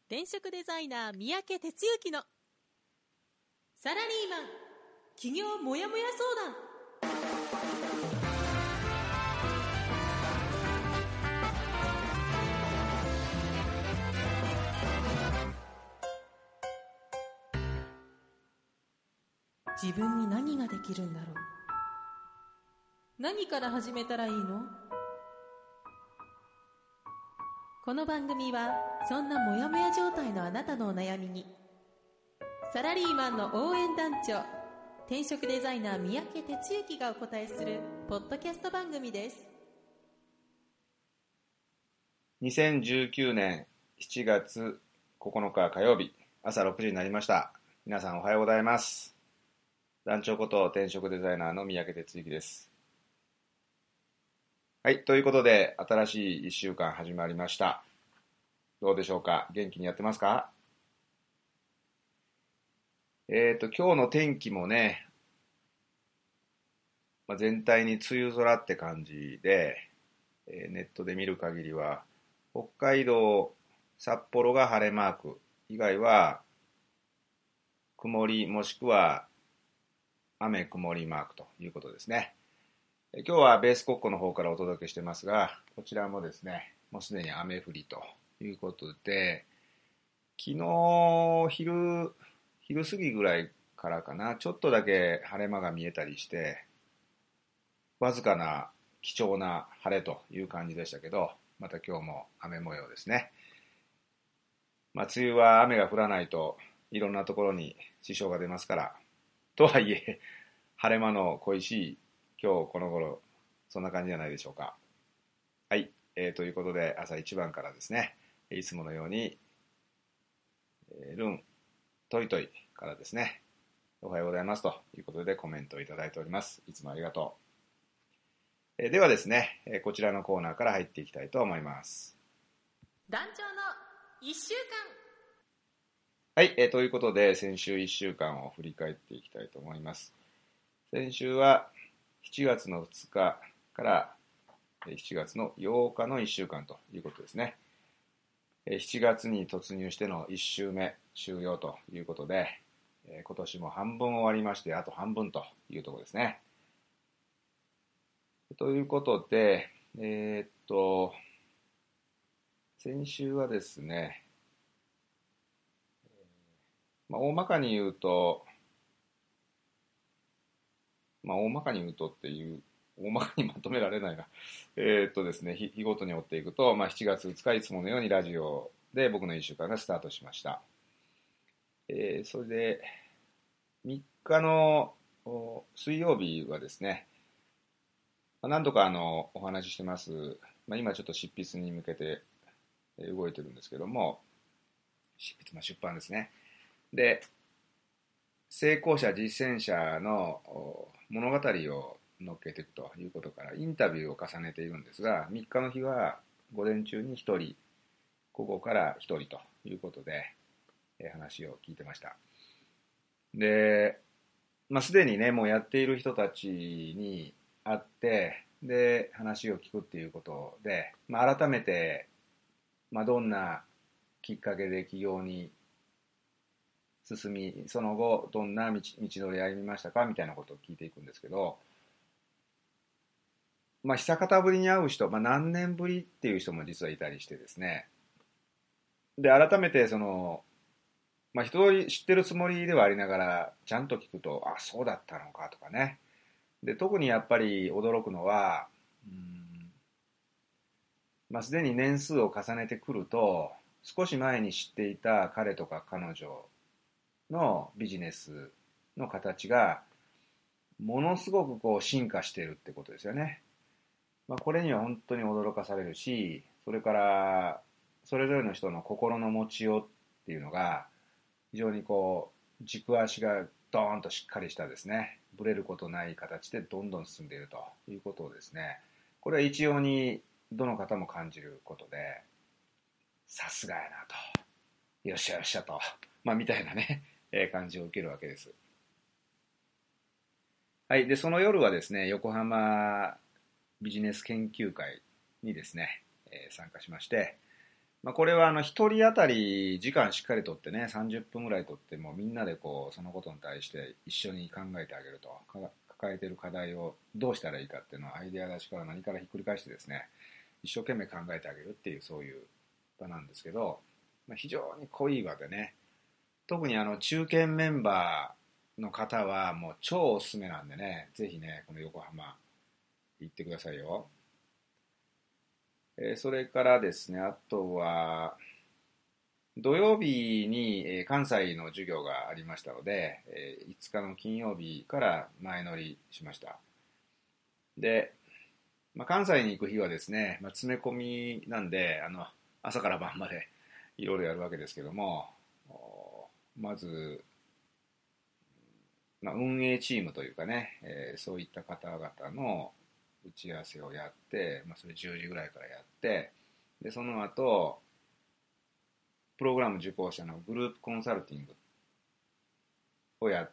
転職デザイナー三宅哲之のサラリーマン起業もやもや相談。自分に何ができるんだろう。何から始めたらいいの？この番組はそんなモヤモヤ状態のあなたのお悩みにサラリーマンの応援団長、転職デザイナー三宅哲之がお答えするポッドキャスト番組です。 2019年7月9日火曜日朝6時になりました。皆さんおはようございます。団長こと転職デザイナーの三宅哲之です。はい、ということで新しい1週間始まりました。どうでしょうか？元気にやってますか？今日の天気もね、全体に梅雨空って感じで、ネットで見る限りは北海道、札幌が晴れマーク以外は曇りもしくは雨曇りマークということですね。今日はベース国庫の方からお届けしてますが、こちらもですね、もうすでに雨降りということで、昨日昼過ぎぐらいからかな、ちょっとだけ晴れ間が見えたりして、わずかな貴重な晴れという感じでしたけど、また今日も雨模様ですね。梅雨は雨が降らないといろんなところに支障が出ますから、とはいえ晴れ間の恋しい今日この頃、そんな感じじゃないでしょうか。はい、ということで朝一番からですね、いつものように、ルントイトイからですね、おはようございますということでコメントをいただいております。いつもありがとう。ではですね、こちらのコーナーから入っていきたいと思います。 団長の1週間。はい、ということで先週1週間を振り返っていきたいと思います。先週は7月の2日から7月の8日の1週間ということですね。7月に突入しての1週目終了ということで、今年も半分終わりまして、あと半分というところですね。ということで、先週はですね、大まかに言うとっていう、大まかにまとめられないな。ですね、日ごとに追っていくと、7月2日いつものようにラジオで僕の1週間がスタートしました。それで、3日の水曜日はですね、何度かお話ししてます、今ちょっと執筆に向けて動いてるんですけども、執筆、出版ですね。で、成功者、実践者の物語を載っけていくということからインタビューを重ねているんですが、3日の日は午前中に1人、午後から1人ということで話を聞いてました。で、すでにね、もうやっている人たちに会って、で、話を聞くっていうことで、改めて、どんなきっかけで起業に進み、その後どんな道のり歩みましたかみたいなことを聞いていくんですけど、久方ぶりに会う人、何年ぶりっていう人も実はいたりしてですね、で改めてその、一通り知ってるつもりではありながらちゃんと聞くと、あ、そうだったのかとかね。で特にやっぱり驚くのは、すでに年数を重ねてくると、少し前に知っていた彼とか彼女のビジネスの形がものすごくこう進化しているってことですよね。これには本当に驚かされるし、それからそれぞれの人の心の持ちようっていうのが非常にこう軸足がドーンとしっかりしたですね、ぶれることない形でどんどん進んでいるということをですね、これは一様にどの方も感じることで、さすがやなと、よっしゃよっしゃと、みたいなね、感じを受けるわけです。はい。で、その夜はですね、横浜ビジネス研究会にですね、参加しまして、 これは一人当たり時間しっかりとってね、30分ぐらいとってもみんなでこうそのことに対して一緒に考えてあげると、抱えている課題をどうしたらいいかっていうのをアイデア出しから何からひっくり返してですね、一生懸命考えてあげるっていうそういう場なんですけど、非常に濃い場でね、特に中堅メンバーの方はもう超おすすめなんでね、ぜひねこの横浜行ってくださいよ。それからですね、あとは土曜日に関西の授業がありましたので、5日の金曜日から前乗りしました。で、関西に行く日はですね、詰め込みなんで朝から晩までいろいろやるわけですけども、まず、運営チームというかね、そういった方々の打ち合わせをやって、それ10時ぐらいからやって、でその後プログラム受講者のグループコンサルティングをやって、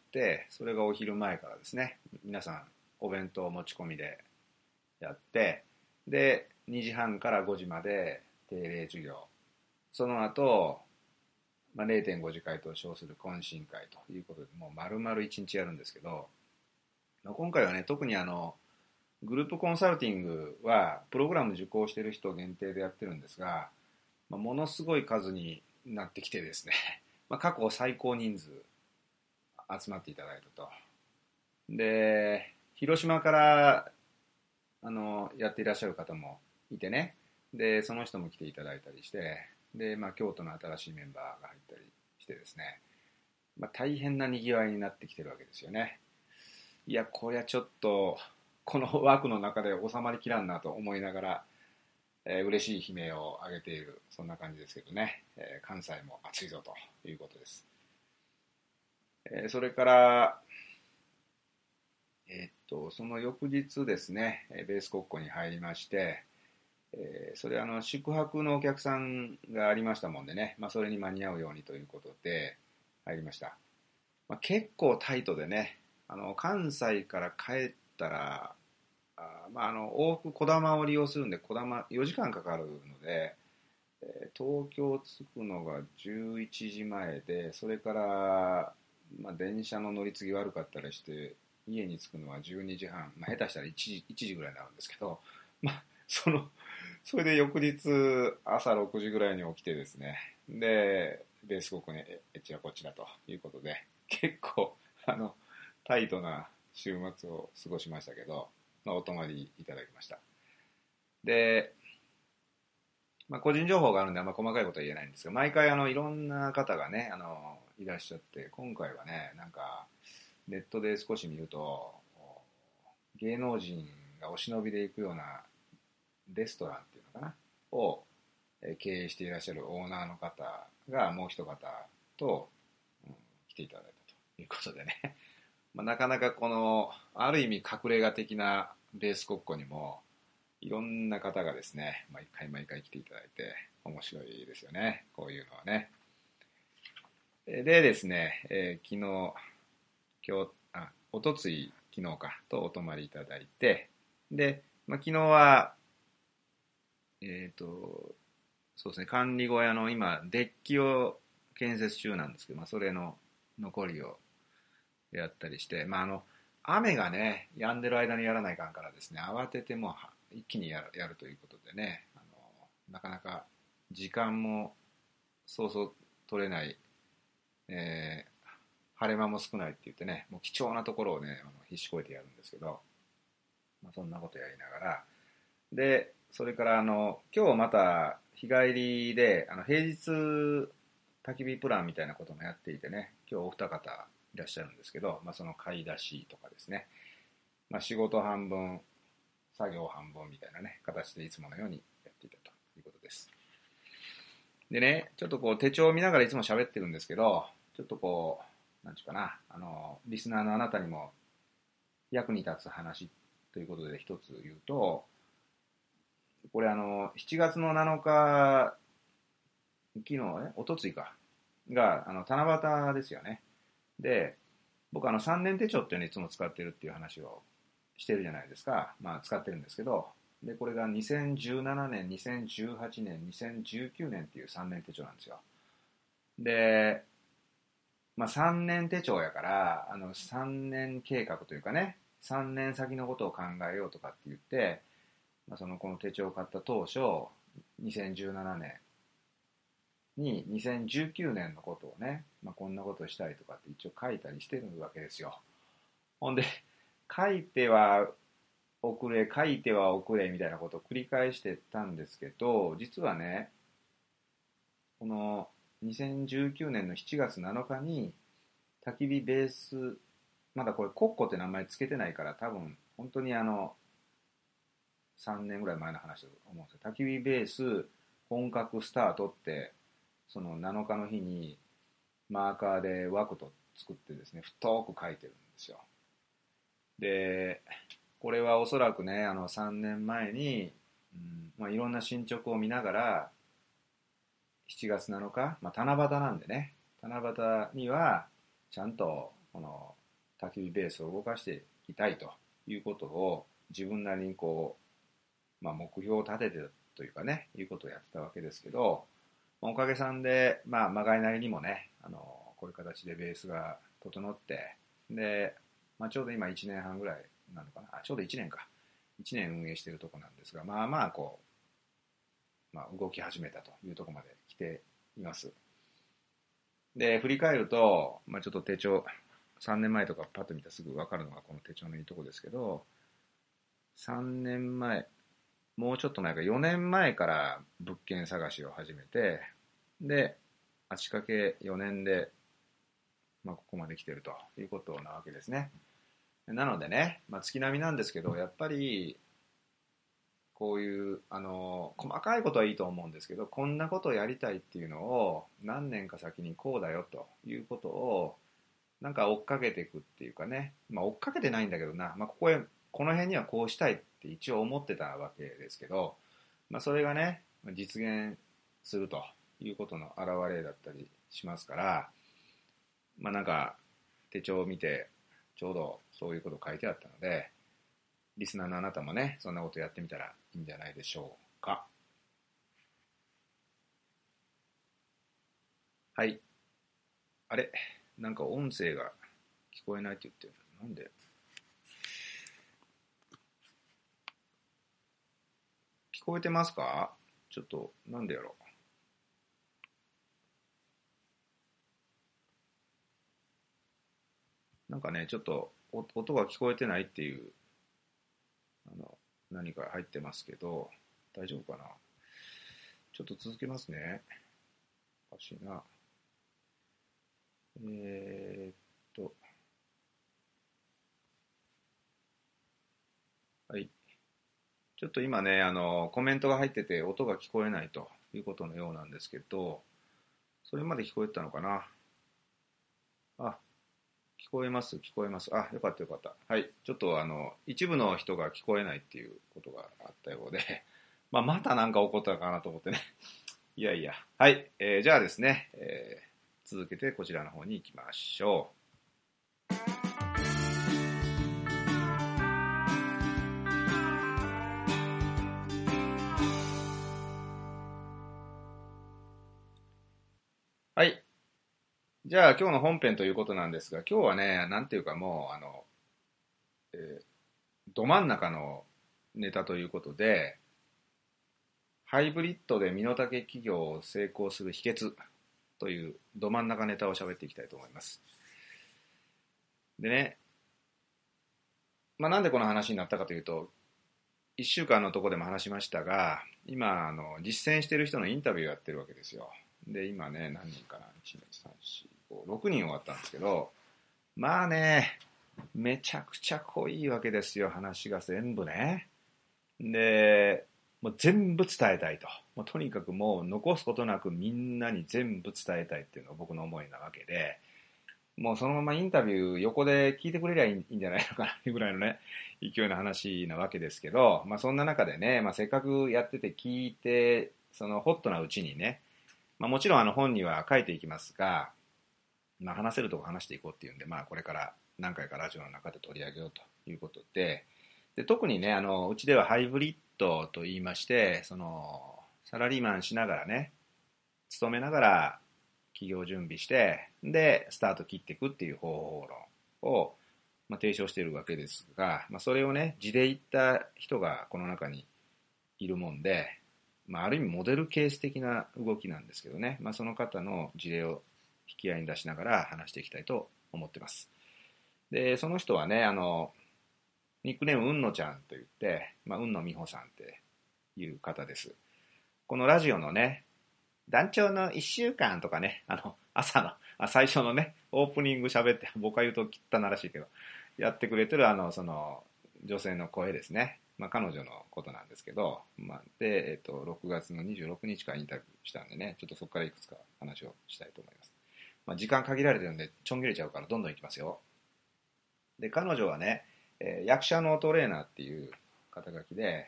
それがお昼前からですね、皆さんお弁当持ち込みでやって、で2時半から5時まで定例授業、その後、0.5 次会と称する懇親会ということで、もう丸々1日やるんですけど、今回はね特にグループコンサルティングはプログラム受講している人限定でやってるんですが、ものすごい数になってきてですね、過去最高人数集まっていただいたと。で広島からやっていらっしゃる方もいてね、でその人も来ていただいたりして、で、京都の新しいメンバーが入ったりしてですね、大変なにぎわいになってきてるわけですよね。いやこりゃちょっとこの枠の中で収まりきらんなと思いながら、嬉しい悲鳴を上げている、そんな感じですけどね、関西も暑いぞということです。それから、その翌日ですね、ベース国庫に入りまして、それ宿泊のお客さんがありましたもんでね、それに間に合うようにということで入りました。結構タイトでね、関西から帰ったら、往復こだまを利用するんで、こだま4時間かかるので、東京着くのが11時前で、それから、電車の乗り継ぎ悪かったりして家に着くのは12時半、下手したら1時ぐらいになるんですけど、それで翌日朝6時ぐらいに起きてですね、でベース国にえちらこちらということで、結構タイトな週末を過ごしましたけど、お泊まりいただきました。で、個人情報があるんで細かいことは言えないんですが、毎回いろんな方がねいらっしゃって、今回はねなんかネットで少し見ると、芸能人がお忍びで行くようなレストランっていうのかなを経営していらっしゃるオーナーの方がもう一方と、来ていただいたということでねなかなかこのある意味隠れ家的なベース国庫にもいろんな方がですね毎回来ていただいて面白いですよね、こういうのはね。でですね、おとつい昨日かとお泊まりいただいて、で、昨日はそうですね、管理小屋の今デッキを建設中なんですけど、それの残りをやったりして、雨がね止んでる間にやらないかんからですね、慌ててもう一気にやるということでね、なかなか時間もそうそう取れない、晴れ間も少ないって言ってね、もう貴重なところをね必死こいてやるんですけど、そんなことやりながら、でそれから今日また日帰りで平日焚き火プランみたいなこともやっていてね、今日お二方いらっしゃるんですけど、その買い出しとかですね、仕事半分作業半分みたいなね形でいつものようにやっていたということです。でね、ちょっとこう手帳を見ながらいつも喋ってるんですけど、ちょっとこうなんていうかな、リスナーのあなたにも役に立つ話ということで一つ言うと、これ7月の7日、昨日おとついかが七夕ですよね。で、僕3年手帳っていうのをいつも使ってるっていう話をしてるじゃないですか。使ってるんですけど、 で、これが2017年、2018年、2019年っていう3年手帳なんですよ。で、3年手帳やから、3年計画というかね、3年先のことを考えようとかって言って、この手帳を買った当初、2017年に2019年のことをね、こんなことをしたいとかって一応書いたりしてるわけですよ。ほんで、書いては遅れ、書いては遅れみたいなことを繰り返してたんですけど、実はね、この2019年の7月7日に焚き火ベース、まだこれコッコって名前つけてないから多分本当に3年ぐらい前の話だと思うんですよ。焚き火ベース本格スタートってその7日の日にマーカーで枠と作ってですね、太く書いてるんですよ。で、これはおそらくね、3年前に、いろんな進捗を見ながら、7月7日、七夕なんでね、七夕にはちゃんとこの焚き火ベースを動かしていきたいということを自分なりに目標を立ててというかね、いうことをやってたわけですけど、おかげさんで、まがいなりにもね、こういう形でベースが整って、で、ちょうど今1年半ぐらいなのかな、ちょうど1年か。1年運営しているとこなんですが、動き始めたというところまで来ています。で、振り返ると、ちょっと手帳、3年前とかパッと見たらすぐ分かるのがこの手帳のいいとこですけど、3年前、もうちょっと前か4年前から物件探しを始めて、で、足掛け4年で、ここまで来てるということなわけですね。なのでね、月並みなんですけど、やっぱりこういう細かいことはいいと思うんですけど、こんなことをやりたいっていうのを何年か先にこうだよということをなんか追っかけていくっていうかね、追っかけてないんだけどな、この辺にはこうしたいって一応思ってたわけですけど、それがね実現するということの表れだったりしますから、なんか手帳を見てちょうどそういうこと書いてあったので、リスナーのあなたもね、そんなことやってみたらいいんじゃないでしょうか。はい。あれ、なんか音声が聞こえないって言ってる。なんで聞こえてますか？ちょっと、なんでやろう。なんかね、ちょっと音が聞こえてないっていう何か入ってますけど、大丈夫かな。ちょっと続けますね。おかしいな。えーっと、はい。ちょっと今ね、コメントが入ってて音が聞こえないということのようなんですけど、それまで聞こえてたのかな。あ、聞こえます、聞こえます。あ、よかったよかった。はい。ちょっと一部の人が聞こえないっていうことがあったようで、またなんか起こったかなと思ってね。いやいや。はい。じゃあですね、続けてこちらの方に行きましょう。はい。じゃあ今日の本編ということなんですが、今日はね、なんていうかもう、ど真ん中のネタということで、ハイブリッドで身の丈企業を成功する秘訣というど真ん中ネタを喋っていきたいと思います。でね、なんでこの話になったかというと、1週間のとこでも話しましたが、今実践している人のインタビューをやってるわけですよ。で、今ね、何人かな、1、2、3、4、5、6人終わったんですけど、めちゃくちゃ濃いわけですよ、話が全部ね。で、もう全部伝えたいと。とにかくもう残すことなくみんなに全部伝えたいっていうのが僕の思いなわけで、もうそのままインタビュー横で聞いてくれりゃいいんじゃないのかなっていうぐらいのね、勢いの話なわけですけど、そんな中でね、せっかくやってて聞いて、そのホットなうちにね、もちろん本には書いていきますが、話せるとこ話していこうっていうんで、これから何回かラジオの中で取り上げようということで、 で、特にね、うちではハイブリッドと言いまして、サラリーマンしながらね、勤めながら企業準備して、で、スタート切っていくっていう方法論を、提唱しているわけですが、それをね、地で言った人がこの中にいるもんで、ある意味モデルケース的な動きなんですけどね、その方の事例を引き合いに出しながら話していきたいと思ってます。で、その人はね、ニックネームうんのちゃんと言って、うんのみほさんっていう方です。このラジオのね、団長の1週間とかね、朝の、最初のね、オープニング喋って、僕は言うと汚らしいけど、やってくれてる女性の声ですね。彼女のことなんですけど、で、6月の26日からインタビューしたんでね、ちょっとそこからいくつか話をしたいと思います。時間限られてるんで、ちょん切れちゃうからどんどんいきますよ。で、彼女はね、役者のトレーナーっていう肩書きで、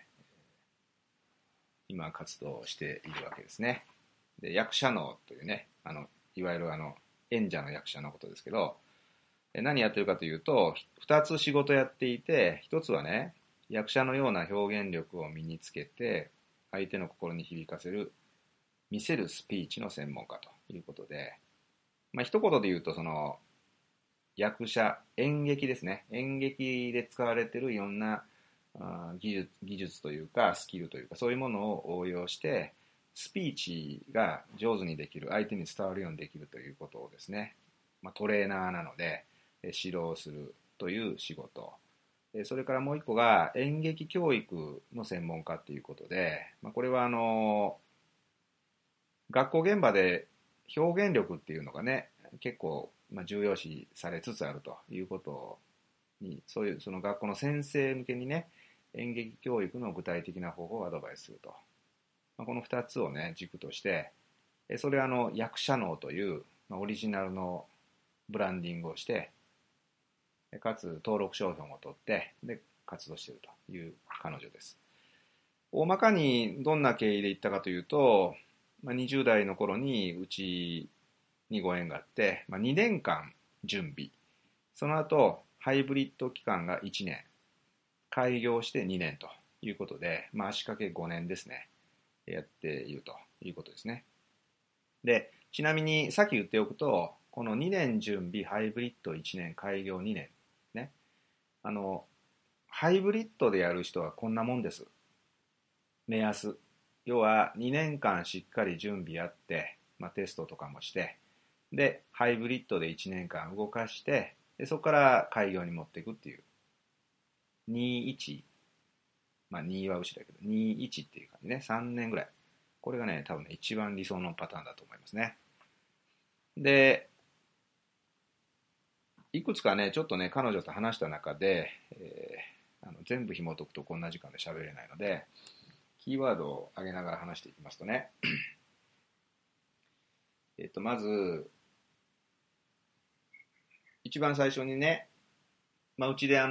今活動しているわけですね。で、役者能というね、いわゆる演者の役者のことですけど、何やってるかというと、2つ仕事やっていて、1つはね、役者のような表現力を身につけて、相手の心に響かせる、見せるスピーチの専門家ということで、一言で言うと、役者、演劇ですね。演劇で使われているいろんな技術というか、スキルというか、そういうものを応用して、スピーチが上手にできる、相手に伝わるようにできるということをですね、トレーナーなので、指導するという仕事。それからもう一個が演劇教育の専門家ということで、これは学校現場で表現力っていうのがね、結構重要視されつつあるということに、そういうその学校の先生向けにね、演劇教育の具体的な方法をアドバイスすると。この2つをね、軸として、それは役者能というオリジナルのブランディングをして、かつ登録商標も取って、で、活動しているという彼女です。大まかにどんな経緯で行ったかというと、20代の頃にうちにご縁があって、2年間準備。その後、ハイブリッド期間が1年。開業して2年ということで、足掛け5年ですね。やっているということですね。で、ちなみにさっき言っておくと、この2年準備、ハイブリッド1年、開業2年。ね。ハイブリッドでやる人はこんなもんです。目安。要は2年間しっかり準備やって、テストとかもして、で、ハイブリッドで1年間動かして、でそこから開業に持っていくっていう。21、2は後だけど、21っていう感じね。3年ぐらい。これがね、多分ね、一番理想のパターンだと思いますね。で、いくつかね、ちょっとね、彼女と話した中で、全部紐解くとこんな時間で喋れないので、キーワードを上げながら話していきますとね、まず、一番最初にね、うちで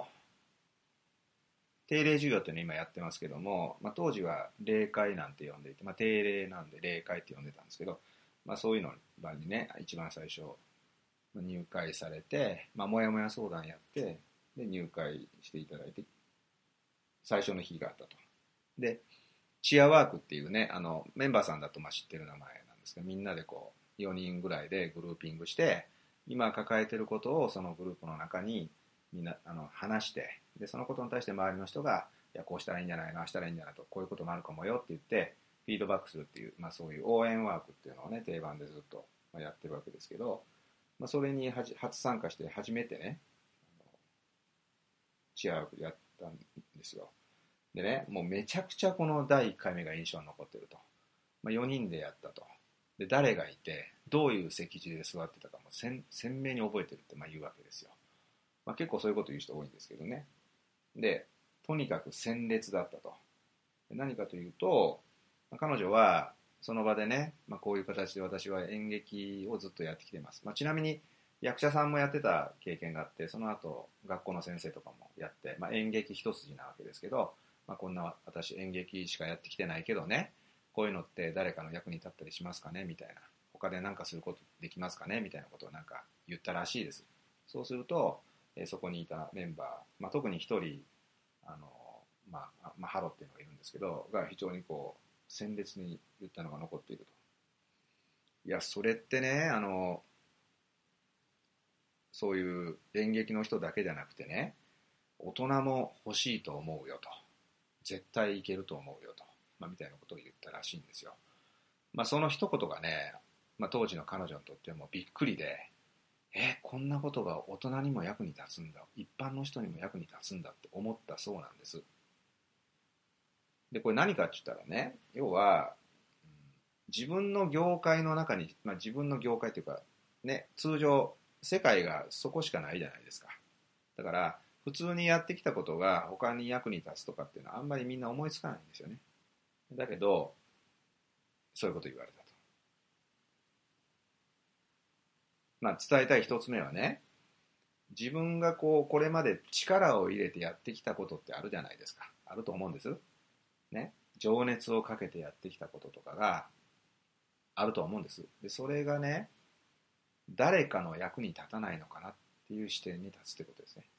定例授業っていうのを今やってますけども、当時は例会なんて呼んでいて、定例なんで例会って呼んでたんですけど、そういうの場にね、一番最初入会されて、もやもや相談やって、で、入会していただいて、最初の日があったと。で、チアワークっていうね、メンバーさんだと知ってる名前なんですけど、みんなでこう、4人ぐらいでグルーピングして、今抱えてることをそのグループの中にみんな話して、で、そのことに対して周りの人が、いや、こうしたらいいんじゃないの、ああしたらいいんじゃないと、こういうこともあるかもよって言って、フィードバックするっていう、そういう応援ワークっていうのをね、定番でずっとやってるわけですけど、それに初参加して初めてね、チアワークやったんですよ。でね、もうめちゃくちゃこの第1回目が印象に残ってると。4人でやったと。で、誰がいて、どういう席次で座ってたかも鮮明に覚えてるって言うわけですよ。結構そういうこと言う人多いんですけどね。で、とにかく鮮烈だったと。何かというと、彼女はその場でね、こういう形で私は演劇をずっとやってきています。ちなみに役者さんもやってた経験があって、その後学校の先生とかもやって、演劇一筋なわけですけど、こんな私演劇しかやってきてないけどね、こういうのって誰かの役に立ったりしますかねみたいな。他で何かすることできますかねみたいなことをなんか言ったらしいです。そうすると、そこにいたメンバー、特に一人ハロっていうのがいるんですけど、が非常にこう鮮烈に言ったのが残っていると。いや、それってね、そういう演劇の人だけじゃなくてね、大人も欲しいと思うよと、絶対いけると思うよと、みたいなことを言ったらしいんですよ。その一言がね、当時の彼女にとってもびっくりで、こんなことが大人にも役に立つんだ、一般の人にも役に立つんだって思ったそうなんです。で、これ何かって言ったらね、要は、自分の業界の中に、自分の業界というか、ね、通常、世界がそこしかないじゃないですか。だから、普通にやってきたことが他に役に立つとかっていうのはあんまりみんな思いつかないんですよね。だけど、そういうこと言われたと。伝えたい一つ目はね、自分がこれまで力を入れてやってきたことってあるじゃないですか。あると思うんです。ね。情熱をかけてやってきたこととかがあると思うんです。で、それがね、誰かの役に立たないのかなっていう視点に立つってことですね。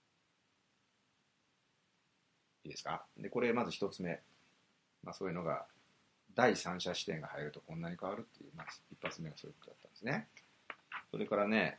いいですか？で、これまず一つ目。そういうのが、第三者視点が入るとこんなに変わるっていう、一発目がそういうことだったんですね。それからね、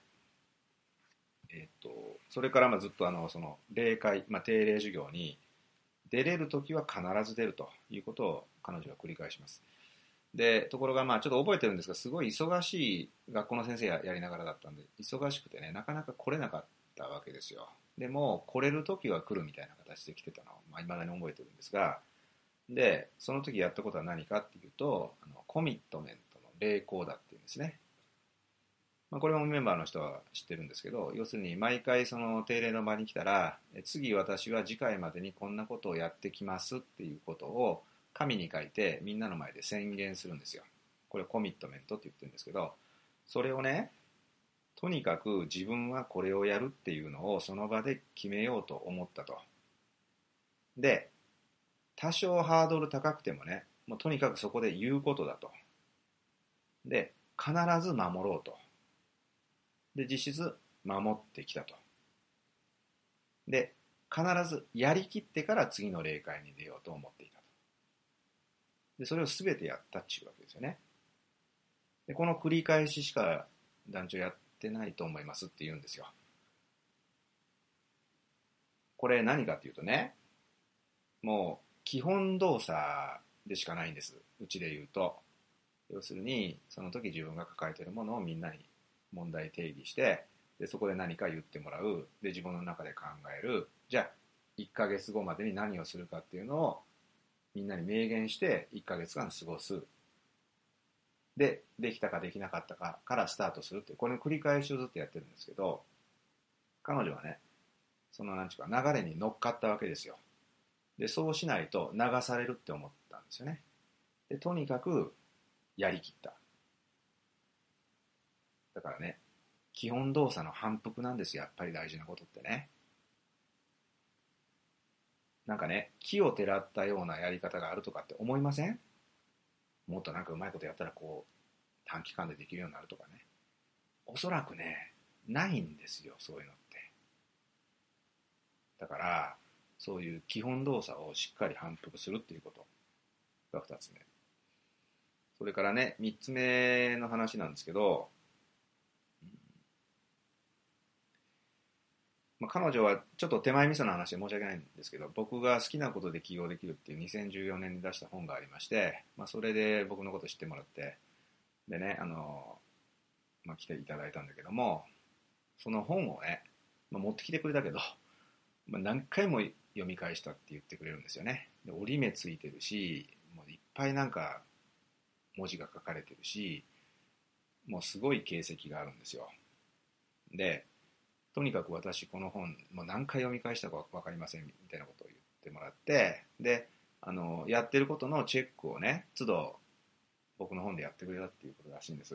それからずっとその例会、定例授業に出れるときは必ず出るということを彼女は繰り返します。で、ところがちょっと覚えてるんですが、すごい忙しい学校の先生やりながらだったんで、忙しくてね、なかなか来れなかったわけですよ。でも、来れるときは来るみたいな形で来てたのを、未だに覚えてるんですが、で、その時やったことは何かっていうと、コミットメントの励行だっていうんですね。これもメンバーの人は知ってるんですけど、要するに毎回その定例の場に来たら、次私は次回までにこんなことをやってきますっていうことを紙に書いてみんなの前で宣言するんですよ。これをコミットメントって言ってるんですけど、それをね、とにかく自分はこれをやるっていうのをその場で決めようと思ったと。で、多少ハードル高くてもね、もうとにかくそこで言うことだと。で、必ず守ろうと。で、実質守ってきたと。で、必ずやりきってから次の例会に出ようと思っていたと。で、それを全てやったっていうわけですよね。で、この繰り返ししか団長やってないと思いますって言うんですよ。これ何かっていうとね、もう基本動作でしかないんです。うちで言うと。要するに、その時自分が抱えているものをみんなに問題定義して、でそこで何か言ってもらう。で、自分の中で考える。じゃあ、1ヶ月後までに何をするかっていうのをみんなに明言して1ヶ月間過ごす。で、できたかできなかったかからスタートするっていう、これの繰り返しをずっとやってるんですけど、彼女はね、その流れに乗っかったわけですよ。で、そうしないと流されるって思ったんですよね。で、とにかくやりきった。だからね、基本動作の反復なんですよ、やっぱり大事なことってね。なんかね、木をてらったようなやり方があるとかって思いません？もっとうまいことやったら短期間でできるようになるとかね。おそらくね、ないんですよ、そういうのって。だから、そういう基本動作をしっかり反復するっていうことが2つ目。それからね、3つ目の話なんですけど、彼女はちょっと手前味噌の話で申し訳ないんですけど、僕が好きなことで起業できるっていう2014年に出した本がありまして、それで僕のこと知ってもらって、でね、来ていただいたんだけども、その本をね、持ってきてくれたけど、何回も読み返したって言ってくれるんですよね。で、折り目ついてるし、もういっぱい文字が書かれてるし、もうすごい形跡があるんですよ。で、とにかく私この本もう何回読み返したか分かりませんみたいなことを言ってもらって、で、やってることのチェックをね、都度僕の本でやってくれたっていうことらしいんです。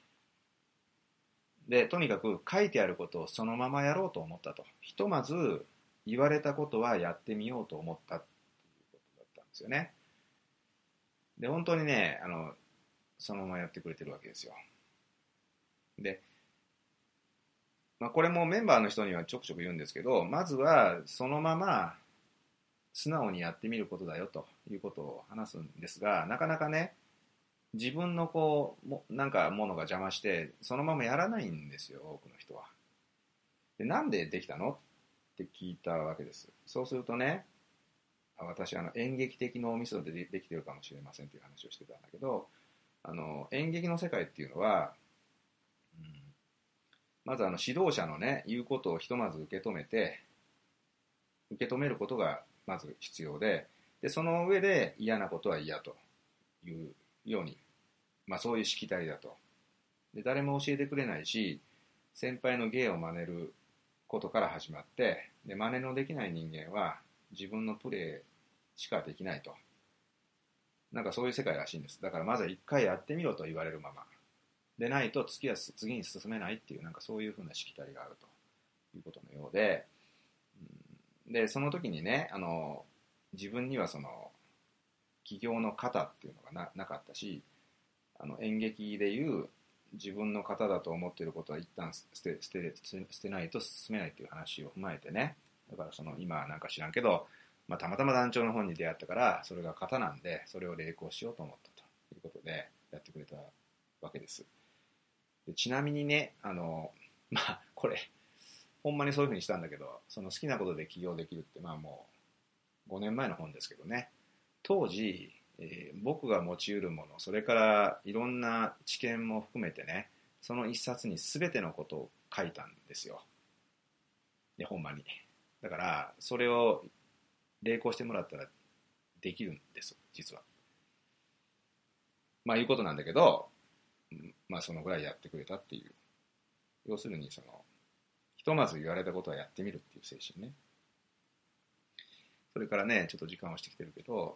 で、とにかく書いてあることをそのままやろうと思ったと。ひとまず言われたことはやってみようと思ったっていうことだったんですよね。で、本当にね、そのままやってくれてるわけですよ。で、これもメンバーの人にはちょくちょく言うんですけど、まずはそのまま素直にやってみることだよということを話すんですが、なかなかね、自分のなんかものが邪魔してそのままやらないんですよ、多くの人は。で、なんでできたのって聞いたわけです。そうするとね、私演劇的脳みそでできてるかもしれませんという話をしてたんだけど、演劇の世界っていうのは、うん、まず指導者のね言うことをひとまず受け止めることがまず必要で、その上で嫌なことは嫌というように、そういうしきたりだと。で、誰も教えてくれないし、先輩の芸を真似ることから始まって、で真似のできない人間は自分のプレーしかできないと。なんかそういう世界らしいんです。だからまずは一回やってみろと言われるままでないと次に進めないっていう、なんかそういうふうなしきたりがあるということのようで、でその時にね、自分にはその起業の型っていうのがなかったし、演劇でいう自分の型だと思っていることは一旦捨てないと進めないっていう話を踏まえてね、だから今なんか知らんけど、たまたま団長の本に出会ったからそれが型なんで、それを励行しようと思ったということでやってくれたわけです。でちなみにね、これほんまにそういうふうにしたんだけど、その好きなことで起業できるってもう5年前の本ですけどね、当時、僕が持ち得るもの、それからいろんな知見も含めてね、その一冊に全てのことを書いたんですよ。でほんまに。だからそれを励行してもらったらできるんです、実は。いうことなんだけど、そのぐらいやってくれたっていう。要するにひとまず言われたことはやってみるっていう精神ね。それからね、ちょっと時間をしてきてるけど、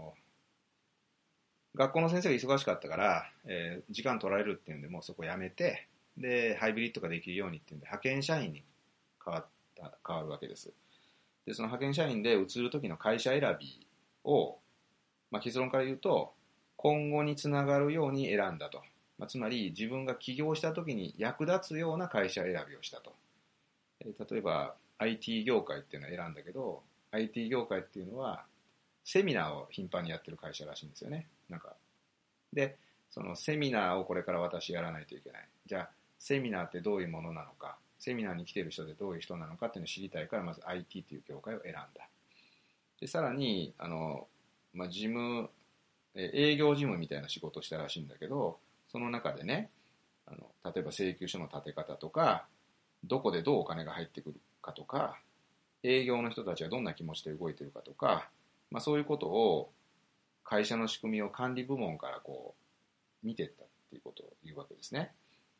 学校の先生が忙しかったから、時間取られるっていうんで、もうそこやめて、でハイブリッドができるようにっていうんで派遣社員に変わるわけです。でその派遣社員で移る時の会社選びを、結論から言うと今後につながるように選んだと、つまり自分が起業した時に役立つような会社選びをしたと。例えば IT 業界っていうのを選んだけど、 IT 業界っていうのはセミナーを頻繁にやってる会社らしいんですよね。でそのセミナーをこれから私やらないといけない。じゃあセミナーってどういうものなのか、セミナーに来ている人でどういう人なのかっていうのを知りたいから、まず IT という業界を選んだ。でさらに事務営業事務みたいな仕事をしたらしいんだけど、その中でね、例えば請求書の立て方とか、どこでどうお金が入ってくるかとか、営業の人たちがどんな気持ちで動いてるかとか、そういうことを会社の仕組みを管理部門から見ていったっていうことを言うわけですね。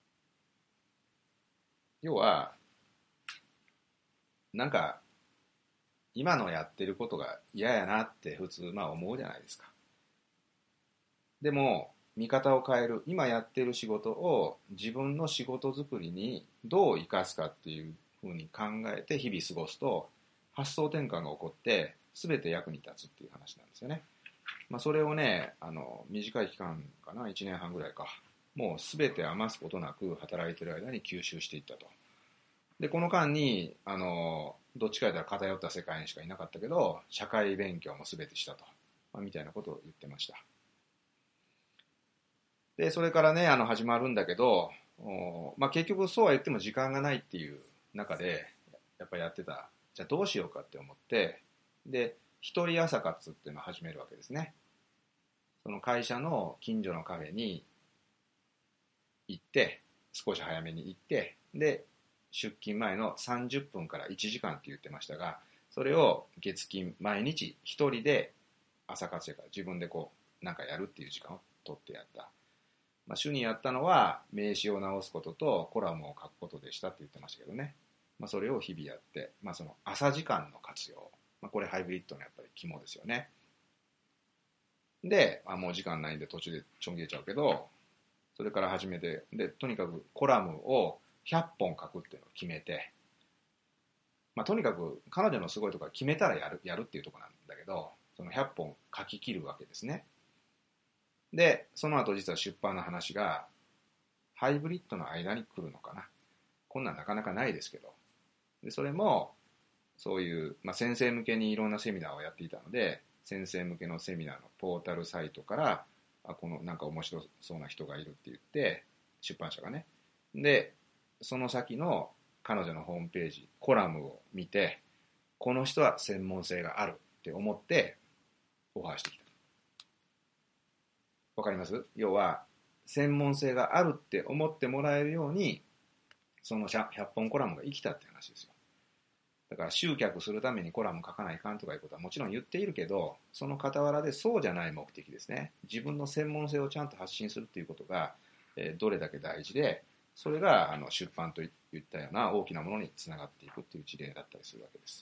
要はなんか今のやってることが嫌やなって普通思うじゃないですか。でも見方を変える、今やってる仕事を自分の仕事作りにどう生かすかっていうふうに考えて日々過ごすと、発想転換が起こって全て役に立つっていう話なんですよね。それをね、短い期間かな、1年半ぐらいか、もう全て余すことなく働いてる間に吸収していったと。でこの間にどっちかというと偏った世界にしかいなかったけど、社会勉強も全てしたと、みたいなことを言ってました。でそれからね始まるんだけど、結局そうは言っても時間がないっていう中でやっぱりやってた。じゃあどうしようかって思って、で一人朝活っていうのを始めるわけですね。その会社の近所のカフェに行って、少し早めに行って、で出勤前の30分から1時間って言ってましたが、それを月金毎日一人で朝活やから自分でなんかやるっていう時間を取ってやった。主にやったのは名刺を直すこととコラムを書くことでしたって言ってましたけどね。それを日々やって、その朝時間の活用、これハイブリッドのやっぱり肝ですよね。でもう時間ないんで途中でちょん切れちゃうけど、それから始めて、でとにかくコラムを100本書くっていうのを決めて、とにかく彼女のすごいところは決めたらやるっていうところなんだけど、その100本書き切るわけですね。でその後実は出版の話がハイブリッドの間に来るのかな。こんなんなかなかないですけど、でそれもそういう、先生向けにいろんなセミナーをやっていたので、先生向けのセミナーのポータルサイトから、このなんか面白そうな人がいるって言って、出版社がね。で、その先の彼女のホームページ、コラムを見て、この人は専門性があるって思ってオファーしてきた。わかります？要は、専門性があるって思ってもらえるように、その100本コラムが生きたって話ですよ。だから集客するためにコラム書かないかんとかいうことはもちろん言っているけど、その傍らでそうじゃない目的ですね。自分の専門性をちゃんと発信するっていうことが、どれだけ大事で、それが出版といったような大きなものにつながっていくっていう事例だったりするわけです。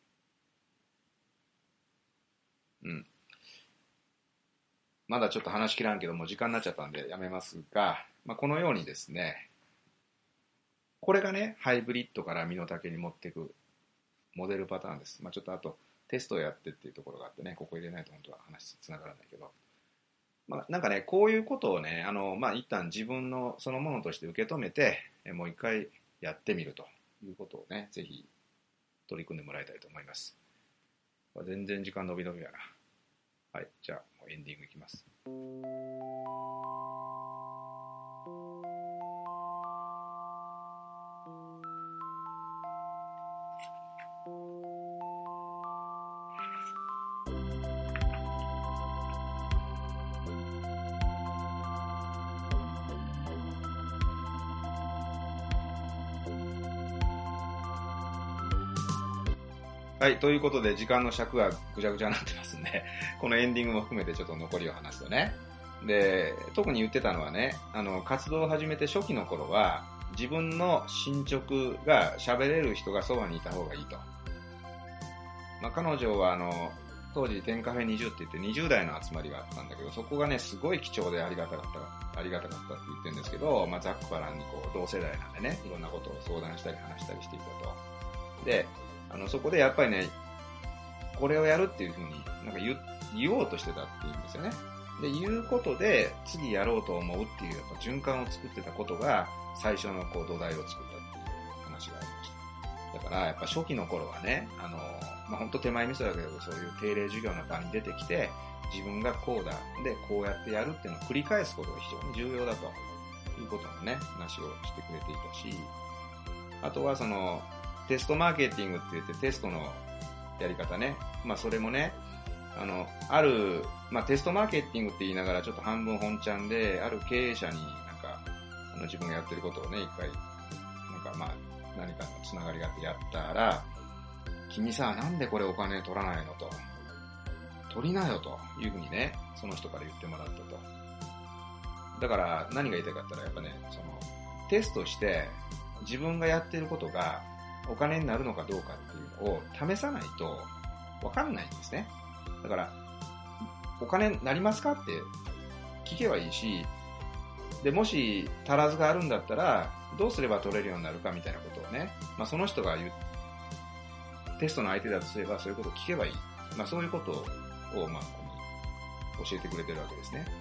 まだちょっと話しきらんけども時間になっちゃったんでやめますが、このようにですね、これがね、ハイブリッドから身の丈に持っていくモデルパターンです。ちょっとあとテストをやってっていうところがあってね、ここ入れないと本当は話つながらないけど、なんかね、こういうことをね、一旦自分のそのものとして受け止めて、もう一回やってみるということをね、ぜひ取り組んでもらいたいと思います。全然時間伸び伸びやな。はい、じゃあもうエンディングいきます。はい、ということで時間の尺がぐちゃぐちゃになってますんで、このエンディングも含めてちょっと残りを話すとね。で、特に言ってたのはね、活動を始めて初期の頃は、自分の進捗が喋れる人がそばにいた方がいいと。彼女は当時10カフェ20って言って20代の集まりがあったんだけど、そこがね、すごい貴重でありがたかったって言ってるんですけど、ざっくばらんに同世代なんでね、いろんなことを相談したり話したりしていたと。で、そこでやっぱりね、これをやるっていうふうになんか言おうとしてたっていうんですよね。で、言うことで次やろうと思うっていうやっぱ循環を作ってたことが最初の土台を作ったっていう話がありました。だからやっぱ初期の頃はね、本当手前味噌だけど、そういう定例授業の場に出てきて、自分がこうだ、で、こうやってやるっていうのを繰り返すことが非常に重要だということのね、話をしてくれていたし、あとはテストマーケティングって言ってテストのやり方ね。それもね、テストマーケティングって言いながらちょっと半分本ちゃんで、ある経営者になんか、自分がやってることをね、一回、何かのつながりがあってやったら、君さ、なんでこれお金取らないのと。取りなよというふうにね、その人から言ってもらったと。だから何が言いたいかったら、やっぱね、テストして自分がやってることがお金になるのかどうかっていうのを試さないと分かんないんですね。だから、お金になりますかって聞けばいいし、で、もし足らずがあるんだったら、どうすれば取れるようになるかみたいなことをね、その人がテストの相手だとすればそういうことを聞けばいい。そういうことを、ここに教えてくれてるわけですね。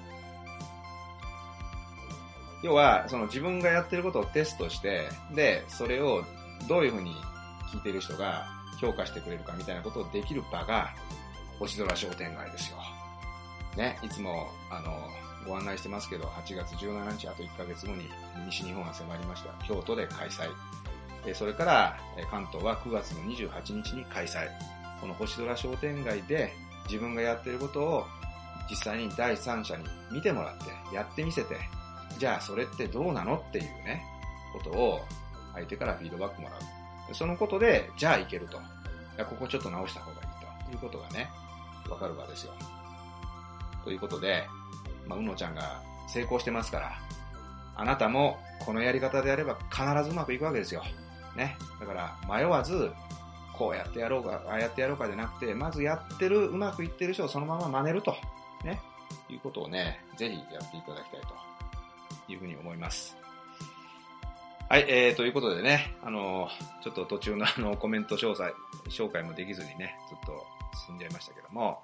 要は、自分がやってることをテストして、で、それをどういうふうに聞いてる人が評価してくれるかみたいなことをできる場が、星空商店街ですよ。ね、いつも、ご案内してますけど、8月17日、あと1ヶ月後に西日本が迫りました。京都で開催。それから関東は9月の28日に開催。この星空商店街で自分がやってることを実際に第三者に見てもらってやってみせて、じゃあそれってどうなのっていうね、ことを相手からフィードバックもらう。そのことで、じゃあいけると。いや、ここちょっと直した方がいいということがね、わかる場ですよ。ということで、うのちゃんが成功してますから、あなたもこのやり方でやれば必ずうまくいくわけですよ。ね。だから迷わず、こうやってやろうか、ああやってやろうかじゃなくて、まずやってる、うまくいってる人をそのまま真似ると。ね。いうことをね、ぜひやっていただきたいというふうに思います。はい、ということでね、ちょっと途中のコメント紹介もできずにね、ずっと進んじゃいましたけども、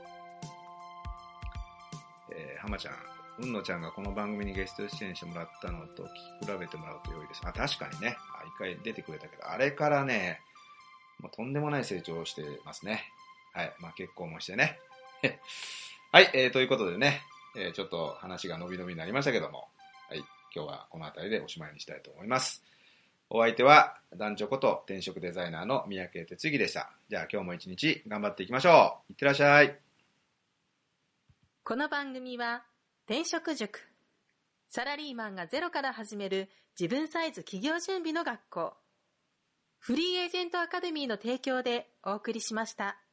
浜ちゃん、うんのちゃんがこの番組にゲスト出演してもらったのと聞き比べてもらうと良いです。確かにね、一回出てくれたけど、あれからね、 とんでもない成長をしてますね。はい。結婚もしてね。はい、ということでね、ちょっと話が伸び伸びになりましたけども、はい。今日はこの辺りでおしまいにしたいと思います。お相手は、団長こと転職デザイナーの三宅哲之でした。じゃあ今日も一日頑張っていきましょう。いってらっしゃい。 この番組は、転職塾。サラリーマンがゼロから始める自分サイズ企業準備の学校。フリーエージェントアカデミーの提供でお送りしました。